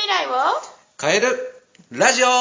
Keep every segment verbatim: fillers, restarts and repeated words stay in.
未来を変えるラジオ。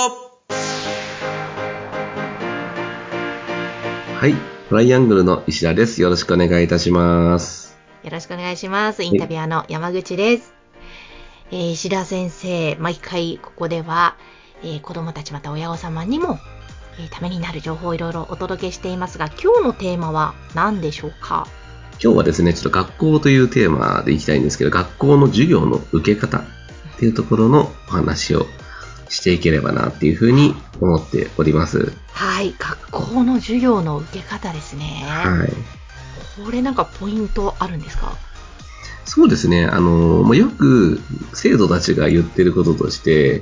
はい、トライアングルの石田です。よろしくお願いいたします。 よろしくお願いします。インタビュアーの山口です。えー、石田先生、毎回ここでは、えー、子どもたちまた親御様にも、えー、ためになる情報をいろいろお届けしていますが、今日のテーマは何でしょうか？ 今日はですね、ちょっと学校というテーマでいきたいんですけど、学校の授業の受け方っていうところのお話をしていければなっていうふうに思っております。 はい、学校の授業の受け方ですね。 はい。 これなんかポイントあるんですか？ そうですね、あのもうよく生徒たちが言ってることとして、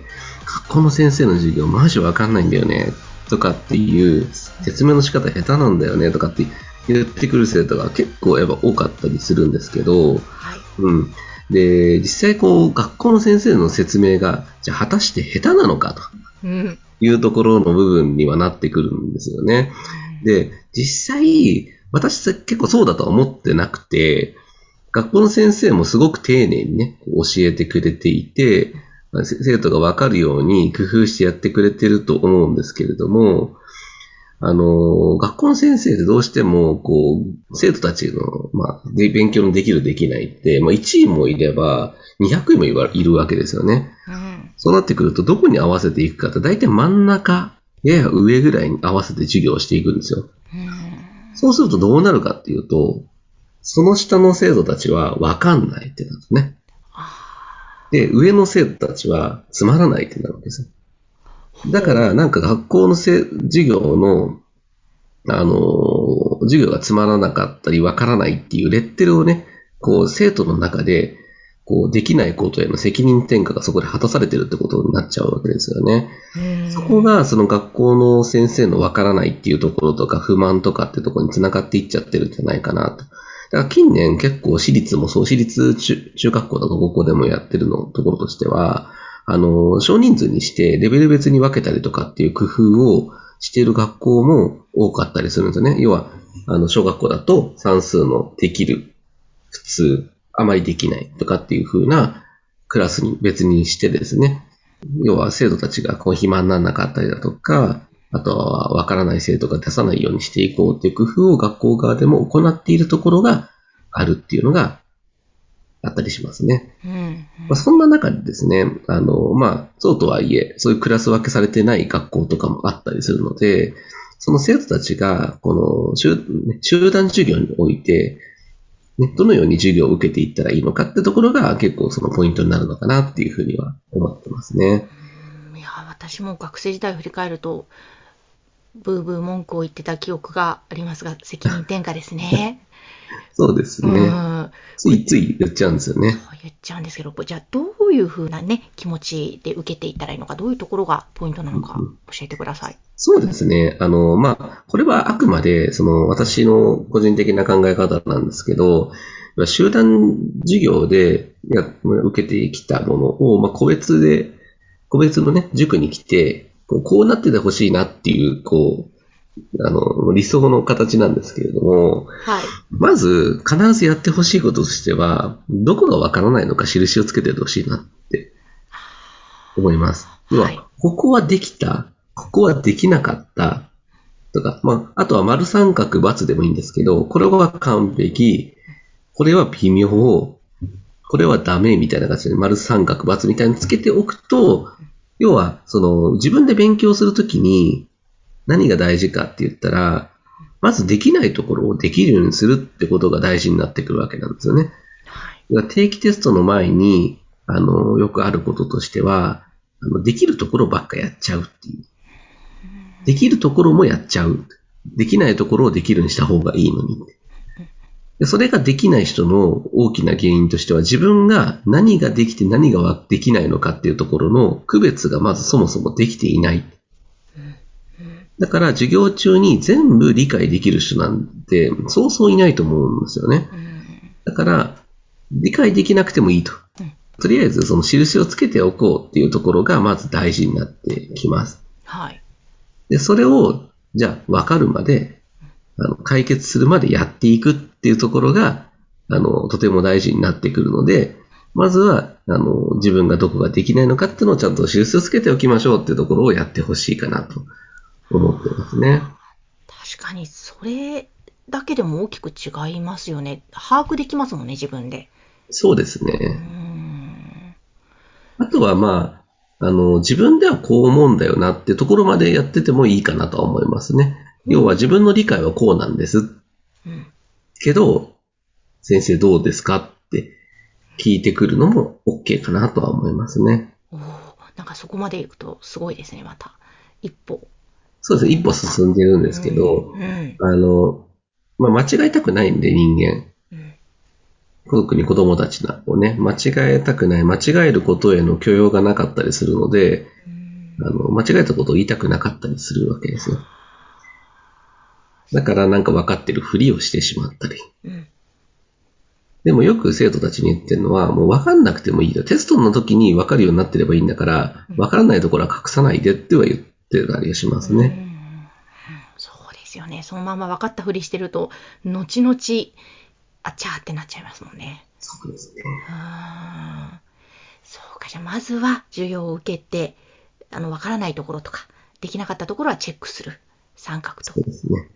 学校の先生の授業マジわかんないんだよねとかっていう説明の仕方下手なんだよねとかって言ってくる生徒が結構やっぱ多かったりするんですけど、 はい、 うん、で実際こう学校の先生の説明がじゃあ果たして下手なのかというところの部分にはなってくるんですよね。で実際私結構そうだとは思ってなくて、学校の先生もすごく丁寧にね教えてくれていて、生徒が分かるように工夫してやってくれてると思うんですけれども、あの学校の先生ってどうしてもこう生徒たちの、まあ、勉強のできるできないって、まあ、いちいもいればにひゃくいもいるわけですよね、うん、そうなってくるとどこに合わせていくかって大体真ん中やや上ぐらいに合わせて授業をしていくんですよ、うん、そうするとどうなるかっていうと、その下の生徒たちは分かんないってなるんですね。で、上の生徒たちはつまらないってなるわけですよ。だからなんか学校のせ授業のあの授業がつまらなかったり分からないっていうレッテルをね、こう生徒の中でこうできないことへの責任転嫁がそこで果たされてるってことになっちゃうわけですよね。そこがその学校の先生の分からないっていうところとか不満とかってところにつながっていっちゃってるんじゃないかなと。だから近年結構私立もそう、私立 中, 中学校とか高校でもやってるのところとしては、あの少人数にしてレベル別に分けたりとかっていう工夫をしている学校も多かったりするんですよね。要は、あの、小学校だと算数のできる、普通、あまりできないとかっていう風なクラスに別にしてですね。要は生徒たちがこう暇にならなかったりだとか、あとは分からない生徒が出さないようにしていこうっていう工夫を学校側でも行っているところがあるっていうのがあったりしますね。うんうん、まあ、そんな中でですね、あの、まあ、そうとはいえ、そういうクラス分けされてない学校とかもあったりするので、その生徒たちが、この集、集団授業において、ね、どのように授業を受けていったらいいのかってところが結構そのポイントになるのかなっていうふうには思ってますね。 うん、いや、私も学生時代を振り返ると、ブーブー文句を言ってた記憶がありますが、責任転嫁ですね。 そうですね。うん、ついつい言っちゃうんですよね。 言っちゃうんですけど、じゃあどういうふうなね、気持ちで受けていったらいいのか、どういうところがポイントなのか教えてください。うん、 そうですね。あの、まあ、これはあくまで、その、私の個人的な考え方なんですけど、集団授業で受けてきたものを、まあ、個別で、個別のね、塾に来て、こうなっててほしいなっていう、こう、あの、理想の形なんですけれども、はい、まず、必ずやってほしいこととしては、どこがわからないのか印をつけてほしいなって思います。要は、ここはできた、ここはできなかったとか、まあ、あとは丸三角×でもいいんですけど、これは完璧、これは微妙、これはダメみたいな感じで丸三角×みたいにつけておくと、要は、その、自分で勉強するときに何が大事かって言ったら、まずできないところをできるようにするってことが大事になってくるわけなんですよね。はい、定期テストの前に、あの、よくあることとしては、あのできるところばっかやっちゃうっていう。できるところもやっちゃう。できないところをできるにした方がいいのに。でそれができない人の大きな原因としては、自分が何ができて何ができないのかっていうところの区別がまずそもそもできていない。だから授業中に全部理解できる人なんてそうそういないと思うんですよね。だから理解できなくてもいいと。とりあえずその印をつけておこうっていうところがまず大事になってきます。はい。で、それをじゃあ分かるまで、あの解決するまでやっていくっていうところが、あの、とても大事になってくるので、 まずは、あの、自分がどこができないのかっていうのをちゃんと印をつけておきましょうっていうところをやってほしいかなと思ってますね。 確かに、それだけでも大きく違いますよね。把握できますもんね、自分で。 そうですね。 うーん。 あとはまあ、あの、自分ではこう思うんだよなっていうところまでやっててもいいかなとは思いますね。要は自分の理解はこうなんです。うん、けど、先生どうですかって聞いてくるのも OK かなとは思いますね。 おー、なんかそこまで行くとすごいですね、また。一歩。 そうですね、一歩進んでるんですけど、うんうん、あの、まあ、間違えたくないんで、人間。うん、特に子供たちをね、間違えたくない、間違えることへの許容がなかったりするので、うん、あの間違えたことを言いたくなかったりするわけですよ。だからなんか分かってるふりをしてしまったり。うん、でもよく生徒たちに言ってるのは、もう分かんなくてもいいよ。テストの時に分かるようになってればいいんだから、分からないところは隠さないでっては言ってたりしますね。うん、 そうですよね。そのまま分かったふりしてると、後々、あっちゃーってなっちゃいますもんね。 そうですね。 あ、そうか、じゃあまずは授業を受けて、あの、分からないところとか、できなかったところはチェックする。三角と。 そうですね。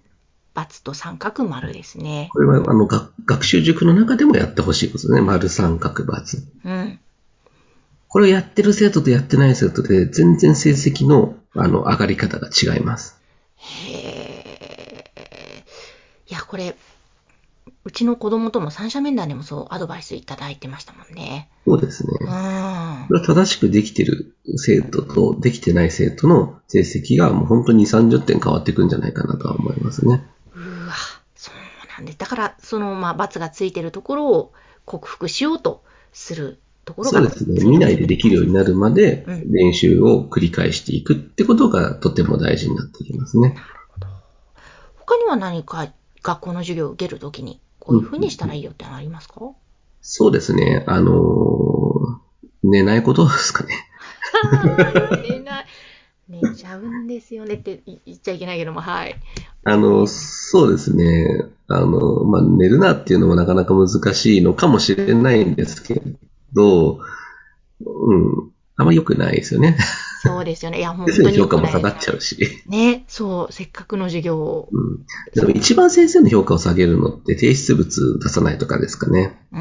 ×と三角丸ですね。 これはあの学習塾の中でもやってほしいことですね。丸、三角、×。うん。これをやってる生徒とやってない生徒で全然成績のあの上がり方が違います。 へえ。いや、これ、うちの子供とも三者面談でもそうアドバイスいただいてましたもんね。 そうですね。うん。これは正しくできてる生徒とできてない生徒の成績がもう本当ににじゅう、さんじゅってん変わっていくんじゃないかなとは思いますね。 うわ、そうなんです。だから、その、まあ、×がついてるところを克服しようとするところが、 そうですね。見ないでできるようになるまで練習を繰り返していくってことがとても大事になってきますね。なるほど。 他には何か学校の授業を受けるときに、こういうふうにしたらいいよってのありますか？うん、 そうですね。あのー、寝ないことですかね。 寝ない。寝ちゃうんですよねって言っちゃいけないけども、はい。 あの、そうですね。あの、まあ、寝るなっていうのもなかなか難しいのかもしれないんですけど、うん、あんま良くないですよね。 そうですよね。いや、もう本当に評価も下がっちゃうし。 ね、そう、せっかくの授業を。 うん。でも一番先生の評価を下げるのって提出物出さないとかですかね。うん、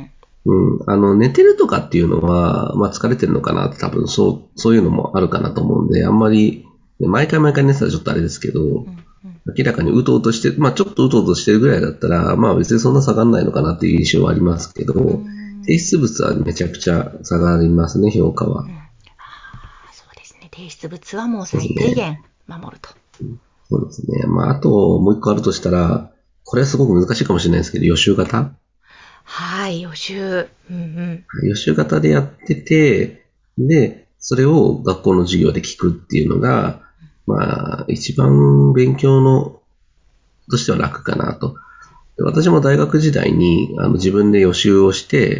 うん。うん。あの、寝てるとかっていうのは、まあ疲れてるのかなって多分そう、そういうのもあるかなと思うんで、あんまり、毎回毎回寝てたらちょっとあれですけど、うんうん、明らかにうとうとして、まあちょっとうとうとしてるぐらいだったら、まあ別にそんな下がんないのかなっていう印象はありますけど、うん、提出物はめちゃくちゃ下がりますね、評価は。うん、あ、 そうですね。提出物はもう最低限守ると。 そうですね。まああともう一個あるとしたら、これはすごく難しいかもしれないですけど、予習型。 はい、予習。うんうん、 予習型でやってて、で、それを学校の授業で聞くっていうのが、まあ、一番勉強の、としては楽かなと。私も大学時代にあの自分で予習をして、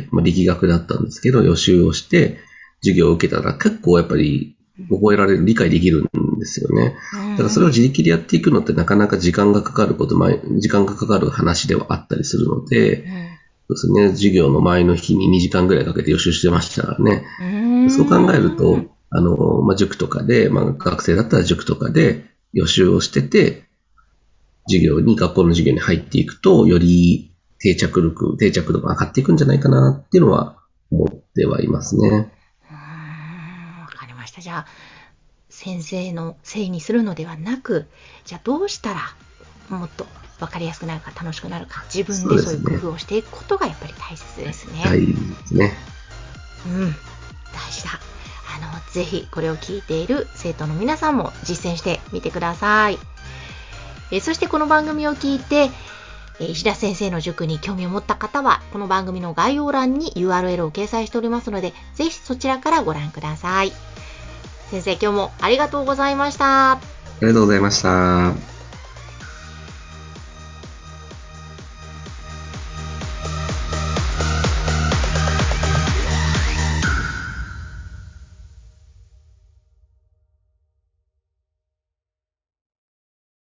まあ、力学だったんですけど、予習をして、授業を受けたら結構やっぱり覚えられる、理解できるんですよね。だからそれを自力でやっていくのってなかなか時間がかかること、時間がかかる話ではあったりするので、そうですね、授業の前の日ににじかんぐらいかけて予習してましたからね。そう考えると、あの、まあ、塾とかで、まあ、学生だったら塾とかで予習をしてて、授業に、学校の授業に入っていくと、より定着力、定着度が上がっていくんじゃないかなっていうのは思ってはいますね。うーん、 わかりました。じゃあ、先生のせいにするのではなく、じゃあどうしたらもっと分かりやすくなるか楽しくなるか、自分でそういう工夫をしていくことがやっぱり大切ですね。 大事ですね。 うん、大事だ。あの、ぜひこれを聞いている生徒の皆さんも実践してみてください。えそしてこの番組を聞いて、石田先生の塾に興味を持った方は、この番組の概要欄に ユーアールエル を掲載しておりますので、ぜひそちらからご覧ください。先生、今日もありがとうございました。 ありがとうございました。